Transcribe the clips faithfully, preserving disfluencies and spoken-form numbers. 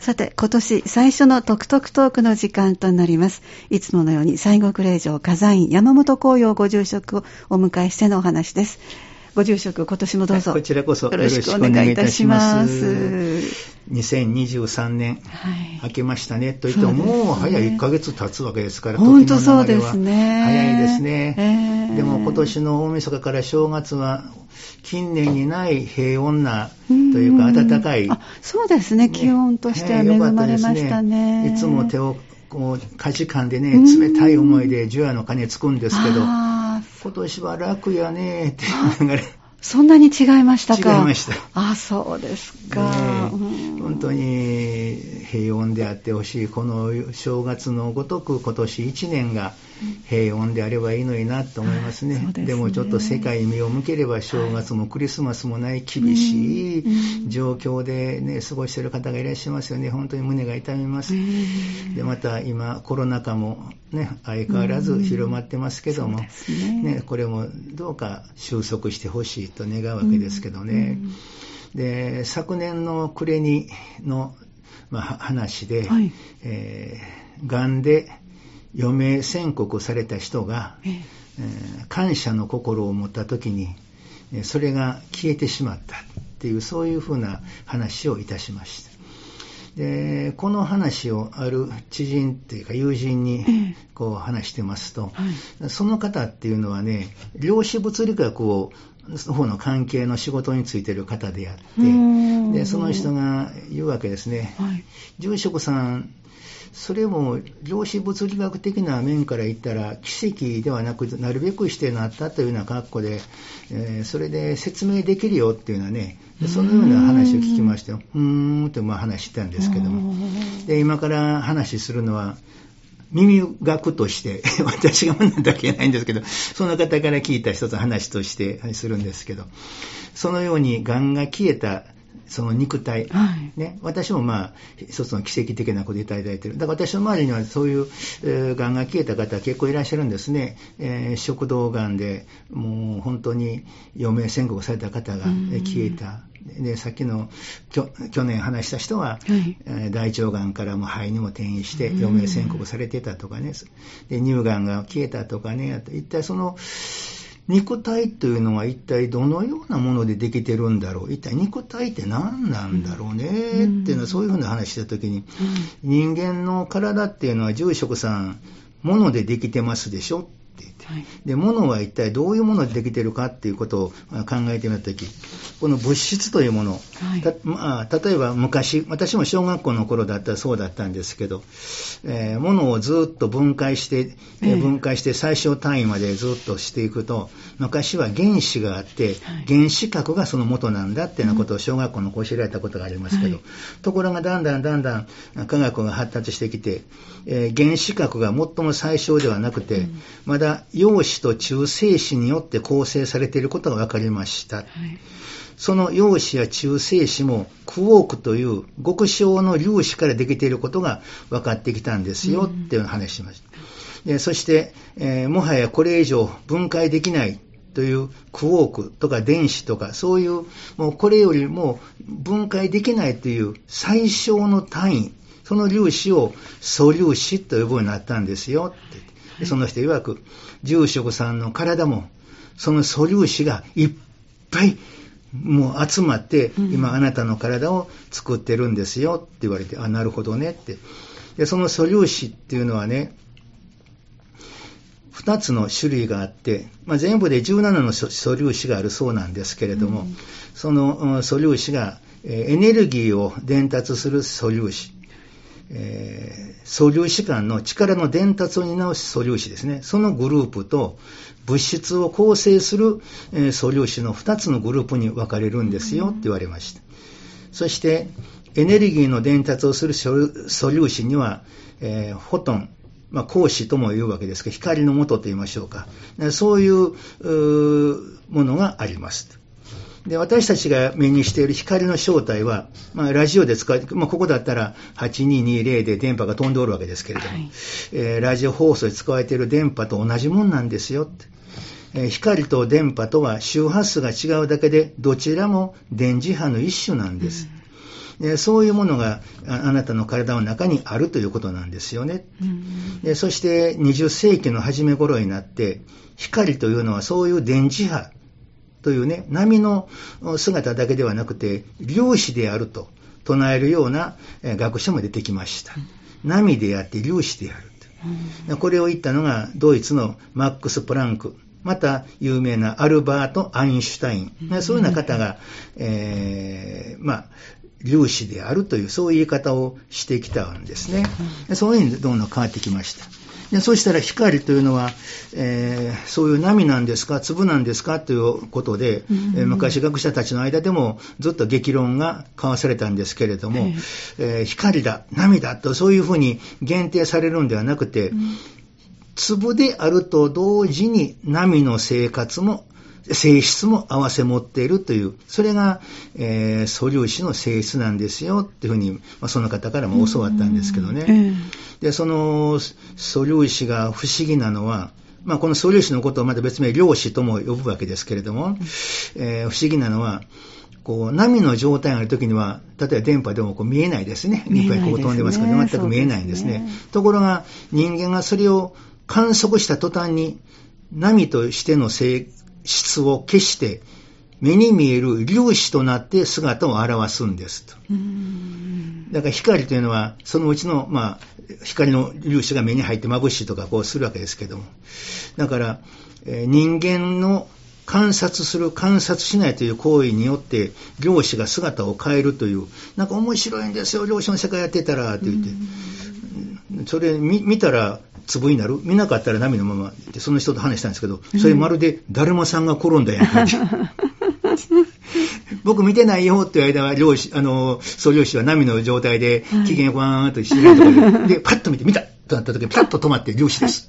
さて、今年最初のトクトクトークの時間となります。いつものように西国霊場火山院山本光陽ご住職をお迎えしてのお話です。ご住職、今年もどうぞ、 はい、こちらこそよろしくお願いいたします。にせんにじゅうさんねん、はい、明けましたねといっても、もう早いいっかげつ経つわけですから、 本当そうですね。 早いですね、えー、でも今年の大晦日から正月は近年にない平穏なというか暖かい、 あ、そうですね、気温としては恵まれましたね。 いつも手をこうかじかんでね、冷たい思いで除夜の鐘つくんですけど、今年は楽やねって言いながらそんなに違いましたか。 違いました。 あ、そうですか、 ね、うん、本当に平穏であってほしい。この正月のごとく今年いちねんが平穏であればいいのになと思いますね。はい、そうですね。でもちょっと世界に目を向ければ正月もクリスマスもない厳しい状況で、ね、過ごしている方がいらっしゃいますよね。本当に胸が痛みます。でまた今コロナ禍も、ね、相変わらず広まってますけども、ねね、これもどうか収束してほしいと願うわけですけどね。で昨年の暮れにの、まあ、話で、はい、えー、がんで余命宣告された人が、えー、感謝の心を持った時にそれが消えてしまったっていう、そういうふうな話をいたしました。でこの話をある知人というか友人にこう話してますと、はい、その方っていうのはね、量子物理学をの方の関係の仕事についている方であって、でその人が言うわけですね、はい、住職さん、それも量子物理学的な面から言ったら奇跡ではなくなるべくしてなったというような格好で、えー、それで説明できるよっていうのはね、そのような話を聞きまして、うーんとまあ話したんですけども、で今から話するのは耳学として私が学んだわけじゃないんですけど、その方から聞いた一つの話としてするんですけど、そのようにがんが消えたその肉体、はいね、私もまあ一つの奇跡的なことをいただいている。だから私の周りにはそういう、えー、がんが消えた方結構いらっしゃるんですね。えー、食道がんでもう本当に余命宣告された方が消えた。でさっきの去年話した人は、はいえー、大腸がんからも肺にも転移して余命宣告されてたとかね、で乳がんが消えたとかね、一体その肉体というのは一体どのようなものでできてるんだろう、一体肉体って何なんだろうねっていうのは、そういうふうな話したときに、人間の体っていうのは住職さん物でできてますでしょって言って、はい、で物は一体どういうものでできているかっていうことを考えてみたとき、この物質というもの、はいたまあ、例えば昔私も小学校の頃だったらそうだったんですけど、えー、物をずっと分解して、えー、分解して最小単位までずっとしていくと、昔は原子があって、はい、原子核がその元なんだっていうようなことを小学校の教えられたことがありますけど、はい、ところがだんだんだんだん科学が発達してきて、えー、原子核が最も最小ではなくて、うん、まだ陽子と中性子によって構成されていることが分かりました、はい、その陽子や中性子もクォークという極小の粒子からできていることが分かってきたんですよっていう話しました、うん、でそして、えー、もはやこれ以上分解できないというクォークとか電子とかそういうもうこれよりも分解できないという最小の単位、その粒子を素粒子と呼ぶようになったんですよって。でその人曰く住職さんの体もその素粒子がいっぱいもう集まって今あなたの体を作ってるんですよって言われて、あ、なるほどねって。でその素粒子っていうのはね、ふたつの種類があって、まあ、全部でじゅうななの素粒子があるそうなんですけれども、うん、その素粒子がエネルギーを伝達する素粒子、えー、素粒子間の力の伝達を担う素粒子ですね、そのグループと物質を構成する、えー、素粒子のふたつのグループに分かれるんですよって言われました。そしてエネルギーの伝達をする素粒子には、えー、フォトン、まあ、光子とも言うわけですが、光の元と言いましょうか、そういう、うものがあります。で私たちが目にしている光の正体は、まあ、ラジオで使われて、まあ、ここだったらはちにーにーぜろで電波が飛んでおるわけですけれども、はいえー、ラジオ放送で使われている電波と同じもんなんですよって、えー、光と電波とは周波数が違うだけでどちらも電磁波の一種なんです、 でそういうものがあなたの体の中にあるということなんですよね。でそしてにじゅっせいきの初め頃になって、光というのはそういう電磁波というね、波の姿だけではなくて粒子であると唱えるような学者も出てきました。波であって粒子であると。これを言ったのがドイツのマックス・プランク、また有名なアルバート・アインシュタイン、そういうような方が、えー、まあ粒子であるというそういう言い方をしてきたんですね。そういうふうにどんどん変わってきました。でそうしたら光というのは、えー、そういう波なんですか、粒なんですかということで、うんうん、えー、昔学者たちの間でもずっと激論が交わされたんですけれども、えー、光だ、波だとそういうふうに限定されるんではなくて、うん、粒であると同時に波の生活も性質も合わせ持っているという、それが、えー、素粒子の性質なんですよっていうふうに、まあ、その方からも教わったんですけどね、うんうん、でその素粒子が不思議なのは、まあ、この素粒子のことをまた別名量子とも呼ぶわけですけれども、えー、不思議なのはこう波の状態があるときには、例えば電波でもこう見えないですね。いっぱいこう飛んでますけど、全く見えないんですね。ところが人間がそれを観測した途端に波としての性質を消して目に見える粒子となって姿を現すんですと。うーん、だから光というのはそのうちの、まあ、光の粒子が目に入って眩しいとかこうするわけですけども、だから、えー、人間の観察する観察しないという行為によって量子が姿を変えるという、なんか面白いんですよ量子の世界やってたらって言って、それ 見, 見たら粒になる、見なかったら波のままってその人と話したんですけど、それまるでだるまさんが転んだやんかって僕見てないよっていう間は量子、あの素粒子は波の状態で機嫌よくわーんとしてるとか で, でパッと見て見たとなった時ピタッと止まって粒子です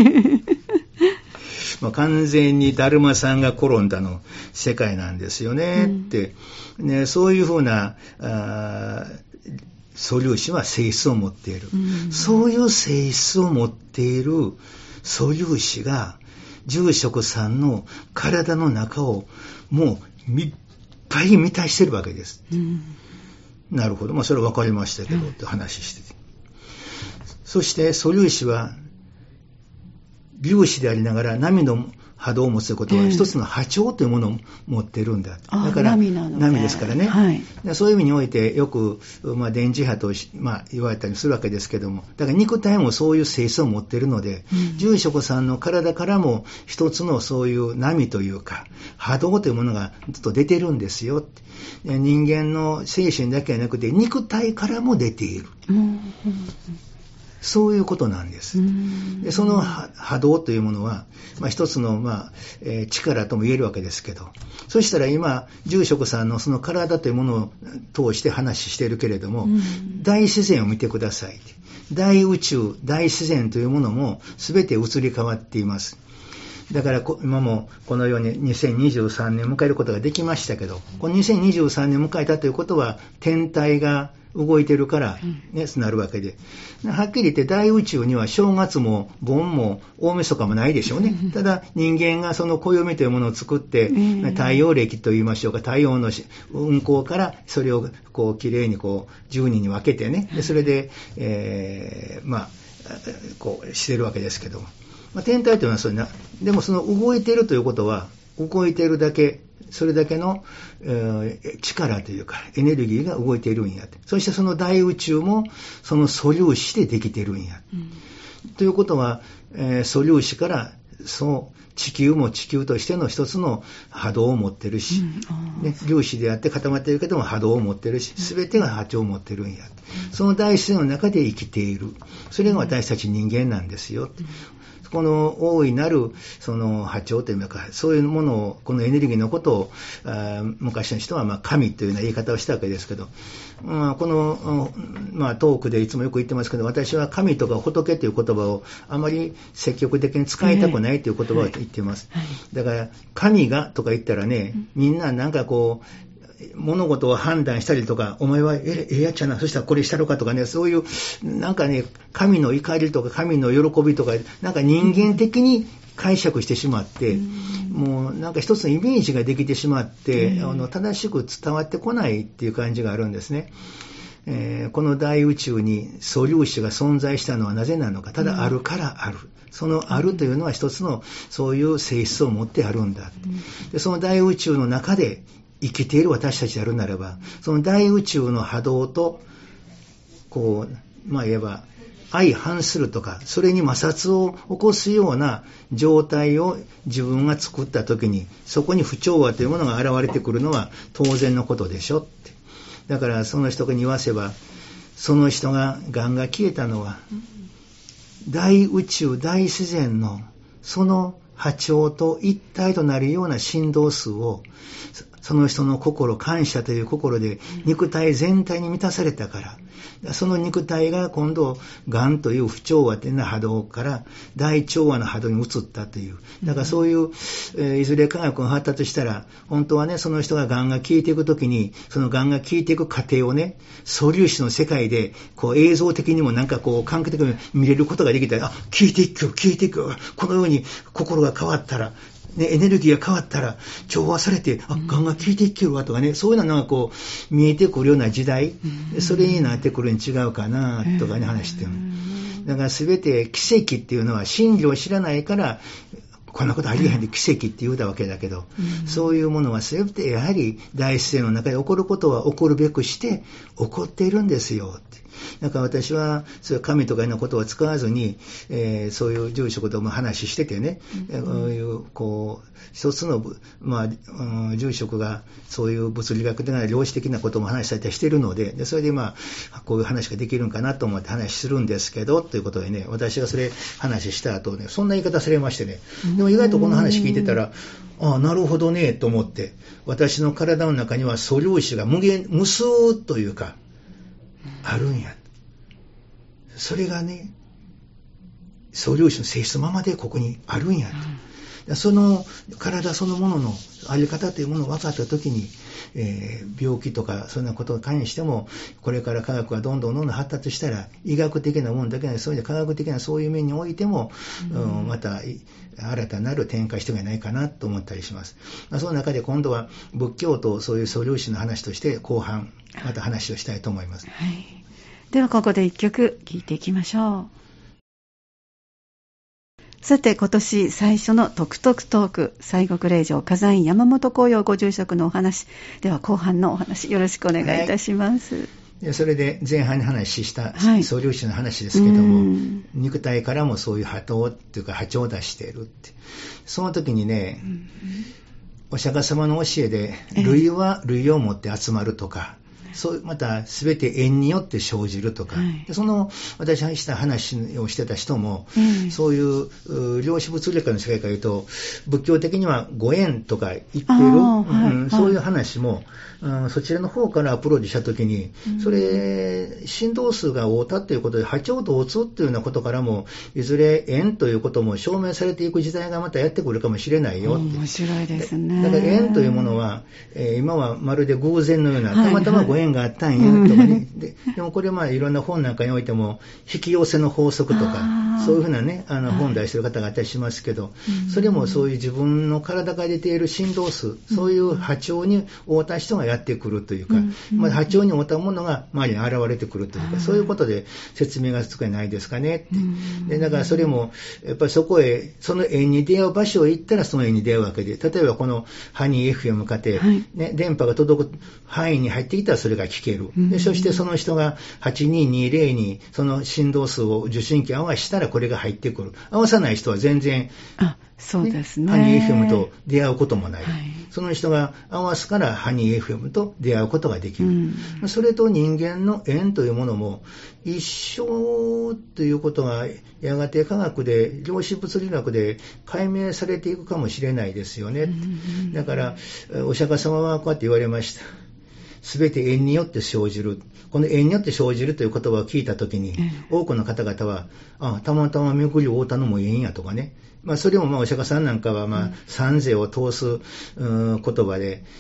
まあ、完全にだるまさんが転んだの世界なんですよねって、うん、ね、そういうふうなあ素粒子は性質を持っている、うん、そういう性質を持っている素粒子が住職さんの体の中をもういっぱい満たしてるわけです、うん、なるほど、まあ、それは分かりましたけど、うん、って話してて、そして素粒子は粒子でありながら波の波動を持つということは、一つの波長というものを持っているんだ、うん、だから波, なの波ですからね、はい、そういう意味においてよく、まあ、電磁波と、まあ、言われたりするわけですけども、だから肉体もそういう性質を持っているので、うん、住職さんの体からも一つのそういう波というか波動というものがずっと出てるんですよ。人間の精神だけではなくて肉体からも出ている、うんうん、そういうことなんです。でその波動というものは、まあ、一つの、まあえー、力とも言えるわけですけど、そしたら今住職さんのその体というものを通して話しているけれども、大自然を見てください。大宇宙、大自然というものも全て移り変わっています。だから今もこのようににせんにじゅうさんねん迎えることができましたけど、このにせんにじゅうさんねん迎えたということは天体が動いてるからね、うん、なるわけで、はっきり言って大宇宙には正月も盆も大晦日もないでしょうね。ただ人間がその暦というものを作って、うん、太陽暦と言いましょうか、太陽の運行からそれをこうきれいにこうじゅうにんに分けてね、でそれで、えー、まあこうしてるわけですけども、まあ、天体というのはそれな、でもその動いているということは動いているだけ、それだけの、えー、力というかエネルギーが動いているんや。そしてその大宇宙もその素粒子でできているんや、うん、ということは、えー、素粒子からそう地球も地球としての一つの波動を持ってるし、うんね、粒子であって固まっているけども波動を持ってるし、全てが波長を持ってるんや、うん、その大自然の中で生きている、それが私たち人間なんですよ、うん、この大いなるその波長というか、そういうものを、このエネルギーのことをあ昔の人はまあ神というような言い方をしたわけですけど、まあ、この、まあ、トークでいつもよく言ってますけど、私は神とか仏という言葉をあまり積極的に使いたくないという言葉を言っています、えーはいはい、だから神がとか言ったらね、みんななんかこう物事を判断したりとか、お前はええやっちゃな、そしたらこれしたろかとかね、そういうなんかね、神の怒りとか神の喜びとか、なんか人間的に解釈してしまって、うん、もうなんか一つのイメージができてしまって、うん、あの正しく伝わってこないっていう感じがあるんですね。えー、この大宇宙に素粒子が存在したのはなぜなのか。ただあるからある。そのあるというのは一つのそういう性質を持ってあるんだ。で、その大宇宙の中で生きている私たちであるならば、その大宇宙の波動と、こう、まあ言えば、相反するとか、それに摩擦を起こすような状態を自分が作ったときに、そこに不調和というものが現れてくるのは当然のことでしょって。だからその人に言わせば、その人が癌が消えたのは、大宇宙大自然のその波長と一体となるような振動数を、その人の心、感謝という心で肉体全体に満たされたから、その肉体が今度癌という不調和という波動から大調和の波動に移ったという。だからそういう、えー、いずれ科学が発達したら、本当はね、その人が癌が消えていくときに、その癌が消えていく過程をね、素粒子の世界でこう映像的にもなんかこう感覚的に見れることができたら、あ、消えていくよ、消えていくよ、このように心が変わったら、ね、エネルギーが変わったら調和されて、あ、癌が効いていけるわとかね、そういうのがこう見えてくるような時代、それになってくるに違うかなとかね、話してる。だから全て奇跡っていうのは真理を知らないからこんなことありえへんで奇跡って言うたわけだけど、そういうものは全てやはり大自然の中で起こることは起こるべくして起こっているんですよって。だから私はそういう神とかいうようなことを使わずに、えー、そういう住職とも話しててね、うん、こういうこう一つの、まあうん、住職がそういう物理学的な量子的なことも話したりしているので、でそれでまあこういう話ができるんかなと思って話するんですけどということでね、私がそれ話した後ね、そんな言い方されましてね、でも意外とこの話聞いてたら、ああなるほどねと思って、私の体の中には素粒子が無限無数というかあるんや。それがね、素粒子の性質のままでここにあるんやと。その体そのもののあり方というものを分かったときに、えー、病気とかそんなことに関しても、これから科学がどんどんどんどん発達したら、医学的なものだけで、そういう科学的なそういう面においても、うんうん、また新たなる展開してがないかなと思ったりします。まあ、その中で今度は仏教とそういう素粒子の話として後半また話をしたいと思います。 はい、ではここで一曲聴いていきましょう。さて今年最初のトクトクトーク、西国霊場火山院山本光陽ご住職のお話では、後半のお話よろしくお願いいたします。 はい、それで前半に話した素粒子の話ですけども、はい、肉体からもそういう波動っていうか波長を出しているって、その時にね、うん、お釈迦様の教えで類は類を持って集まるとか、そうまた全て縁によって生じるとか、はい、その私がした話をしてた人も、うん、そういう量子物理学の世界から言うと仏教的にはご縁とか言っている、うんはいはい、そういう話も、うん、そちらの方からアプローチしたときに、うん、それ振動数が合うたということで波長と合つというようなことからもいずれ縁ということも証明されていく時代がまたやってくるかもしれないよって。 面白いですね。 だから縁というものは、えー、今はまるで偶然のようなたまたまご縁があったんやとかね、はいはい、で, でもこれまあいろんな本なんかにおいても引き寄せの法則とかそういうふうなねあの本出してる方があったりしますけど、はい、それもそういう自分の体から出ている振動数、そういう波長に合った人がやってくるというか、まあ、波長に合ったものが周りに現れてくるというか、そういうことで説明がつくんじゃないですかねって。でだからそれもやっぱりそこへその縁に出会う場所へ行ったらその縁に出会うわけで、例えばこのハニー エフエム かて、はいね、電波が届く範囲に入ってきたらそれが聞ける。でそしてその人がはちにーにーぜろにその振動数を受信機合わせたらこれが入ってくる。合わさない人は全然あそうですね、 ハニー エフエム と出会うこともない、はい、その人が合わすからハニー エフエム と出会うことができる、うん、それと人間の縁というものも一緒ということがやがて科学で量子物理学で解明されていくかもしれないですよね、うん、だからお釈迦様はこうやって言われました。すべて縁によって生じる。この縁によって生じるという言葉を聞いたときに、多くの方々は、あ、たまたま巡り合うたのも縁やとかね。まあ、それもまあお釈迦さんなんかは、まあ、三世を通す、うん、言葉で、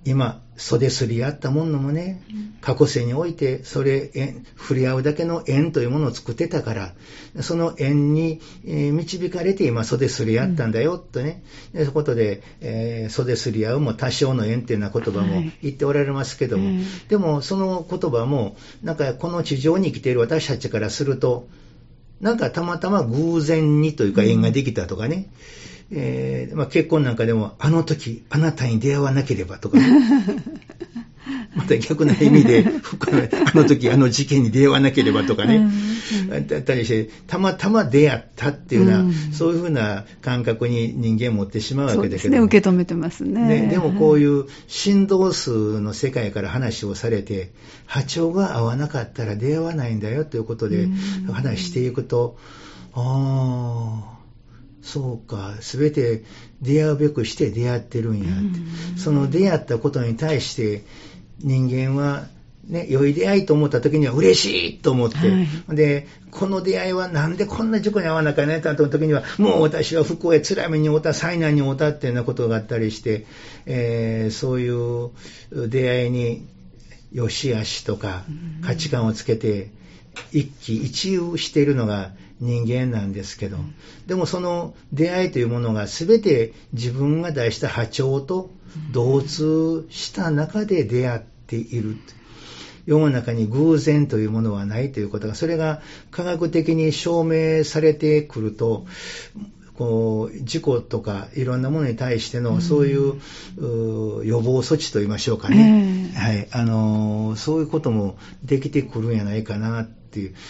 今袖すり合ったものもね、過去世においてそれ触れ合うだけの縁というものを作ってたから、その縁に、えー、導かれて今袖すり合ったんだよとね、うん、そういうことで、えー、袖すり合うも多少の縁っていうような言葉も言っておられますけども、はい、でもその言葉もなんかこの地上に生きている私たちからすると、なんかたまたま偶然にというか縁ができたとかね、うん、えーまあ、結婚なんかでもあの時あなたに出会わなければとかねまた逆な意味であの時あの事件に出会わなければとかね、うんうん、だったりしてたまたま出会ったっていうような、うん、そういうふうな感覚に人間持ってしまうわけだけど、 そうですね、受け止めてます ね, ね。でもこういう振動数の世界から話をされて、波長が合わなかったら出会わないんだよということで話していくと、うん、ああそうか、すべて出会うべくして出会ってるんやって、うん、その出会ったことに対して人間はね、良い出会いと思った時には嬉しいと思って、はい、でこの出会いはなんでこんな事故に遭わなきゃねと思った時には、もう私は不幸へ辛い目に遭った、災難に遭ったっていうようなことがあったりして、えー、そういう出会いに良し悪しとか価値観をつけて一喜一憂しているのが人間なんですけど、でもその出会いというものが全て自分が出した波長と同通した中で出会っている。世の中に偶然というものはないということが、それが科学的に証明されてくると、こう事故とかいろんなものに対してのそういう、うん、予防措置といいましょうかね、えーはい、あのそういうこともできてくるんじゃないかなっていう、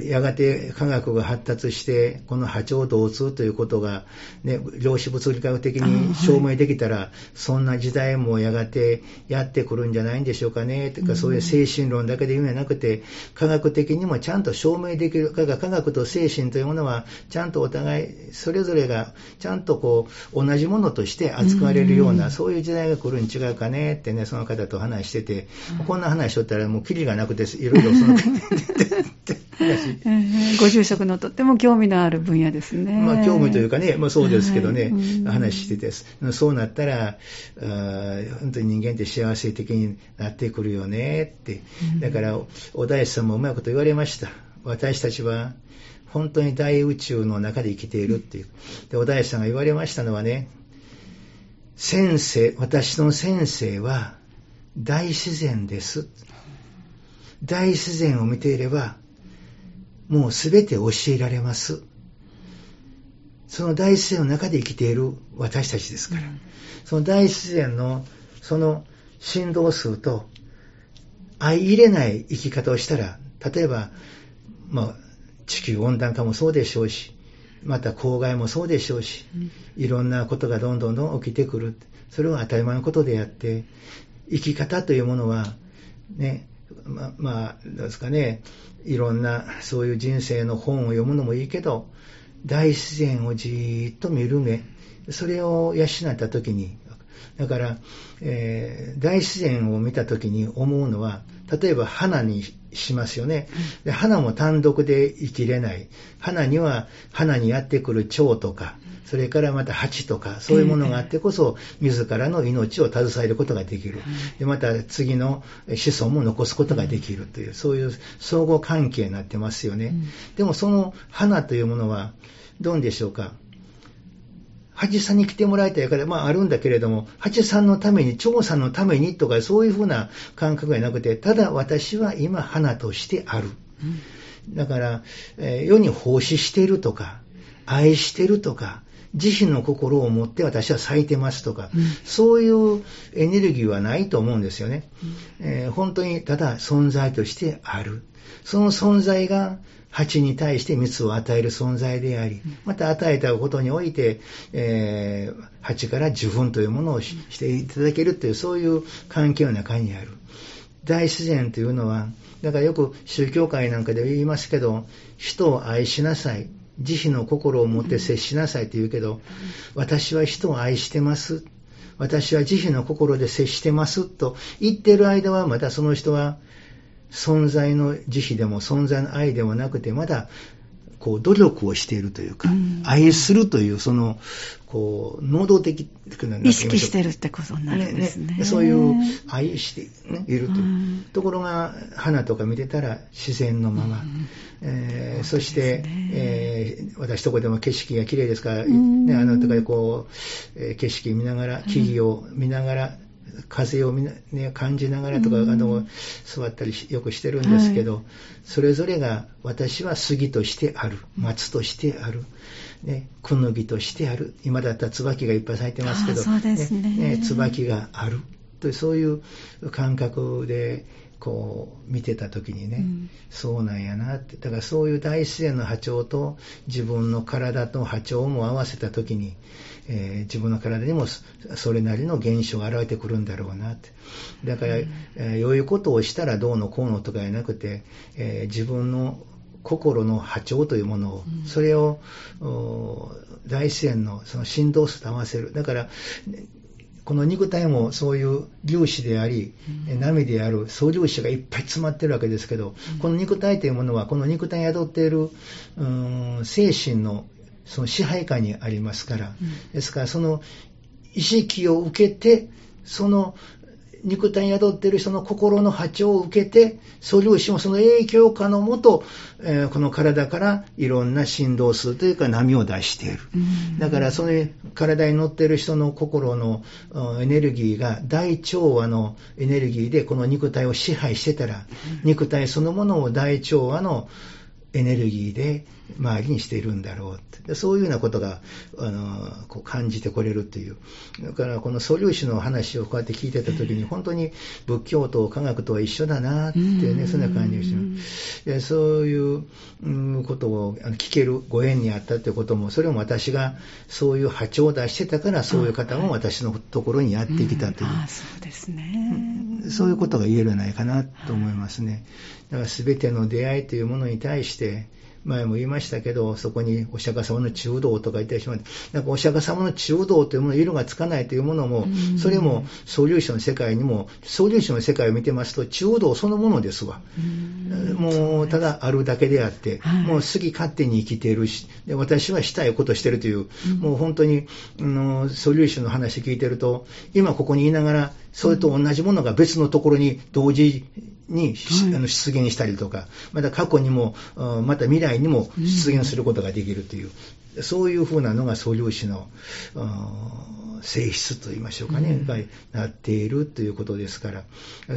やがて科学が発達してこの波長同通ということが、ね、量子物理学的に証明できたら、はい、そんな時代もやがてやってくるんじゃないんでしょうかねというか、そういう精神論だけで言うんじゃなくて、科学的にもちゃんと証明できる。科学と精神というものはちゃんとお互いそれぞれがちゃんとこう同じものとして扱われるような、そういう時代が来るに違うかねってね、その方と話してて、こんな話しとったらもうキリがなくていろいろそのご住職のとっても興味のある分野ですね。 まあ興味というかね、まあ、そうですけどね、はい、話してて、そうなったらあ本当に人間って幸せ的になってくるよねって。だからお大師さんもうまいこと言われました。私たちは本当に大宇宙の中で生きているっていう。で、お大師さんが言われましたのはね、先生、私の先生は大自然です。大自然を見ていればもうすべて教えられます。その大自然の中で生きている私たちですから、うん、その大自然のその振動数と相入れない生き方をしたら、例えば、まあ、地球温暖化もそうでしょうし、また公害もそうでしょうし、うん、いろんなことがどんどんどん起きてくる。それは当たり前のことであって、生き方というものはね、ま, まあどうですかね、いろんなそういう人生の本を読むのもいいけど、大自然をじーっと見る目、それを養ったときに、だから、えー、大自然を見たときに思うのは、例えば花にしますよね。で、花も単独で生きれない。花には花にやってくる蝶とか、それからまた蜂とか、そういうものがあってこそ自らの命を携えることができる。で、また次の子孫も残すことができるという、そういう相互関係になってますよね。でもその花というものはどうでしょうか。蜂さんに来てもらいたいから、まああるんだけれども、蜂さんのために、蝶さんのためにとか、そういうふうな感覚がなくて、ただ私は今花としてある。うん、だから、えー、世に奉仕しているとか、愛しているとか、慈悲の心を持って私は咲いてますとか、うん、そういうエネルギーはないと思うんですよね。うんえー、本当にただ存在としてある。その存在が、蜂に対して蜜を与える存在であり、また与えたことにおいて、えー、蜂から受粉というものを し, していただけるという、そういう関係の中にある。大自然というのは、だからよく宗教界なんかで言いますけど、人を愛しなさい、慈悲の心を持って接しなさいと言うけど、私は人を愛してます、私は慈悲の心で接してますと言っている間は、またその人は存在の慈悲でも存在の愛でもなくて、まだこう努力をしているというか、うん、愛するというそのこう能動的な意識してるってことになるんですね。 ねね、そういう愛して、ね、いるという、うん、ところが花とか見てたら自然のまま、うんえー、そして、ねえー、私とこでも景色が綺麗ですから、うんね、あのとかこう、えー、景色見ながら木々を見ながら、うん風を見な、ね、感じながらとか、うん、あの座ったりよくしてるんですけど、はい、それぞれが私は杉としてある、松としてある、ね、クヌギとしてある、今だったら椿がいっぱい咲いてますけど、 そうですねねね、椿があるというそういう感覚でこう見てた時にね、うん、そうなんやなって。だからそういう大自然の波長と自分の体と波長も合わせた時に、えー、自分の体にもそれなりの現象が現れてくるんだろうなって。だから、うんえー、良いことをしたらどうのこうのとかじゃなくて、えー、自分の心の波長というものを、うん、それを大自然のその振動数と合わせる。だからこの肉体もそういう粒子であり、うん、波である素粒子がいっぱい詰まってるわけですけど、うん、この肉体というものはこの肉体に宿っているうーん精神のその支配下にありますから、うん、ですからその意識を受けて、その肉体に宿っている人の心の波長を受けて、素粒子もその影響下のもと、えー、この体からいろんな振動数というか波を出している。だからその体に乗っている人の心のエネルギーが大調和のエネルギーでこの肉体を支配してたら、肉体そのものを大調和のエネルギーで周りにしているんだろうって。そういうようなことがあのこう感じてこれるという。だからこの素粒子の話をこうやって聞いてた時に、本当に仏教と科学とは一緒だなってね、そんな感じがします。でそういうことを聞けるご縁にあったということも、それも私がそういう波長を出してたから、そういう方も私のところにやってきたという、 うん、あそうですね、 そういうことが言えるんじゃないかなと思いますね。だから全ての出会いというものに対して、前も言いましたけど、そこにお釈迦様の中道とか言ってしまって、なんかお釈迦様の中道というもの、色がつかないというものも、それも素粒子の世界にも、素粒子の世界を見てますと、中道そのものですわ。もうただあるだけであって、はい、もう好き勝手に生きているし、で私はしたいことしてるという、うん、もう本当に、あの素粒子の話聞いてると、今ここにいながら、それと同じものが別のところに同時に、はい、あの出現したりとか、また過去にも、また未来にも出現することができるという、うん、そういうふうなのが素粒子の性質といいましょうかね、うん、がなっているということですから、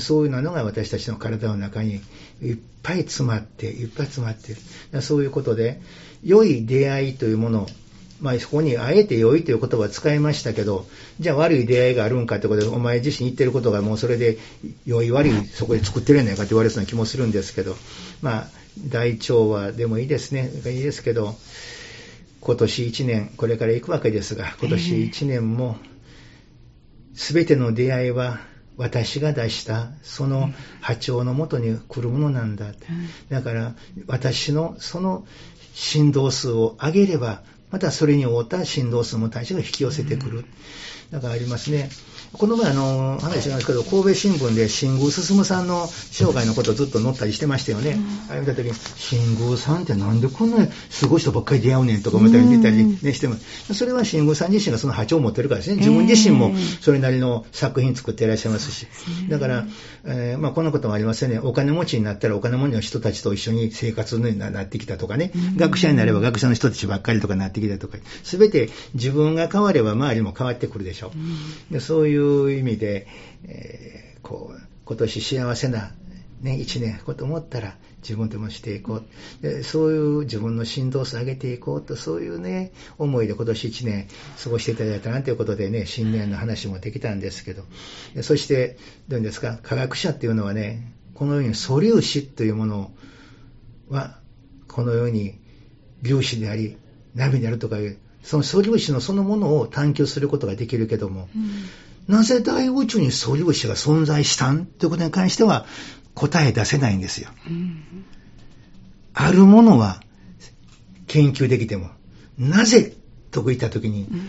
そういうのが私たちの体の中にいっぱい詰まって、いっぱい詰まっている。そういうことで、良い出会いというものを、まあ、そこにあえて良いという言葉を使いましたけど、じゃあ悪い出会いがあるんかということで、お前自身言ってることがもうそれで良い悪いそこで作ってるんじゃないかと言われそうな気もするんですけど、まあ大調和でもいいですね、いいですけど、今年いちねんこれから行くわけですが、今年いちねんも全ての出会いは私が出したその波長のもとに来るものなんだ。だから私のその振動数を上げれば、またそれに応った振動数も大使が引き寄せてくる。だからありますね。この前あの話なんですけど、神戸新聞で新宮進さんの生涯のことをずっと載ったりしてましたよね。あれ見た時に、新宮さんってなんでこんなすごい人ばっかり出会うねんとか思ったり見たり、ね、してます。それは新宮さん自身がその波長を持ってるからですね。自分自身もそれなりの作品作っていらっしゃいますし。だから、えー、まあこんなこともありますよね。お金持ちになったらお金持ちの人たちと一緒に生活になってきたとかね。学者になれば学者の人たちばっかりとかなってきたとか。すべて自分が変われば周りも変わってくるでしょう。でそういうそういう意味で、えー、こう今年幸せな、ね、一年こと思ったら自分でもしていこう、でそういう自分の振動数上げていこうと、そういうね思いで今年一年過ごしていただいたなということでね、新年の話もできたんですけど、そしてどういうんですか、科学者っていうのはね、このように素粒子というものはこのように粒子であり波であるとかいう、その素粒子のそのものを探求することができるけども、うん、なぜ大宇宙に素粒子が存在したんということに関しては答え出せないんですよ。うん、あるものは研究できても、なぜと言ったときに、うん、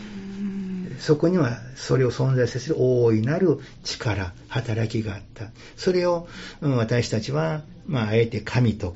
そこにはそれを存在させる大いなる力、働きがあった。それを、うん、私たちは、まあ、あえて神とか、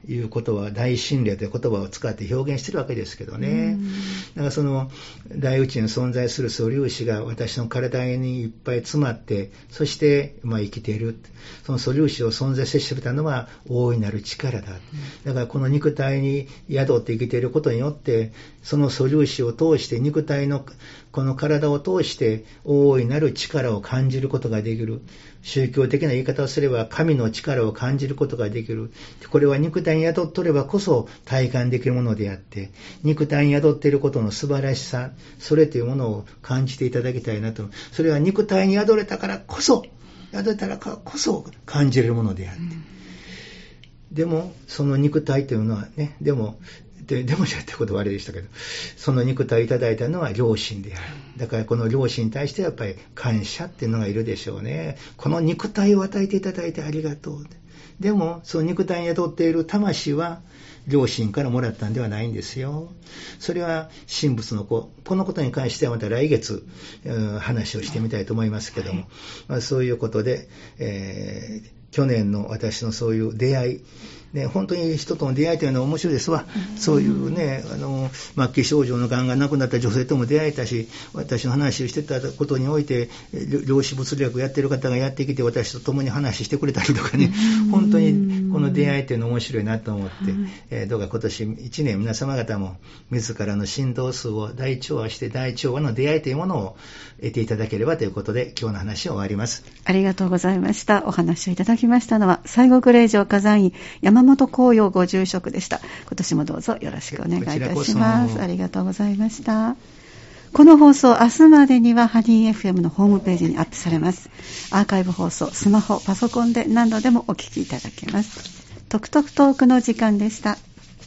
いう言葉は大心霊という言葉を使って表現してるわけですけどね。だからその大宇宙に存在する素粒子が私の体にいっぱい詰まって、そしてまあ生きている。その素粒子を存在させてたのは大いなる力だ。だからこの肉体に宿って生きていることによって、その素粒子を通して肉体のこの体を通して大いなる力を感じることができる。宗教的な言い方をすれば神の力を感じることができる。これは肉体に宿っとればこそ体感できるものであって、肉体に宿っていることの素晴らしさ、それというものを感じていただきたいなと。それは肉体に宿れたからこそ、宿れたからこそ感じれるものであって。でもその肉体というのはね、でもで, でもじゃってことはあれでしたけど、その肉体をいただいたのは良心である。だからこの良心に対してやっぱり感謝っていうのがいるでしょうね。この肉体を与えていただいてありがとう。でもその肉体に宿っている魂は良心からもらったんではないんですよ。それは神仏の子。このことに関してはまた来月、うん、話をしてみたいと思いますけども、はい、まあ、そういうことで、えー、去年の私のそういう出会い、ね、本当に人との出会いというのは面白いですわ。うん、そういうね、あの末期症状のがんがなくなった女性とも出会えたし、私の話をしてたことにおいて量子物理学やってる方がやってきて私と共に話してくれたりとかね、うん、本当にこの出会いというのは面白いなと思って、うん、えー、どうか今年いちねん皆様方も自らの振動数を大調和して大調和の出会いというものを得ていただければということで、今日の話を終わります。 ありがとうございました。お話をいただきましたのは西国霊場火山院山本光陽ご住職でした。今年もどうぞよろしくお願いいたします。ありがとうございました。この放送明日までにはハニー エフエム のホームページにアップされます。アーカイブ放送、スマホ、パソコンで何度でもお聞きいただけます。トクトクトークの時間でした。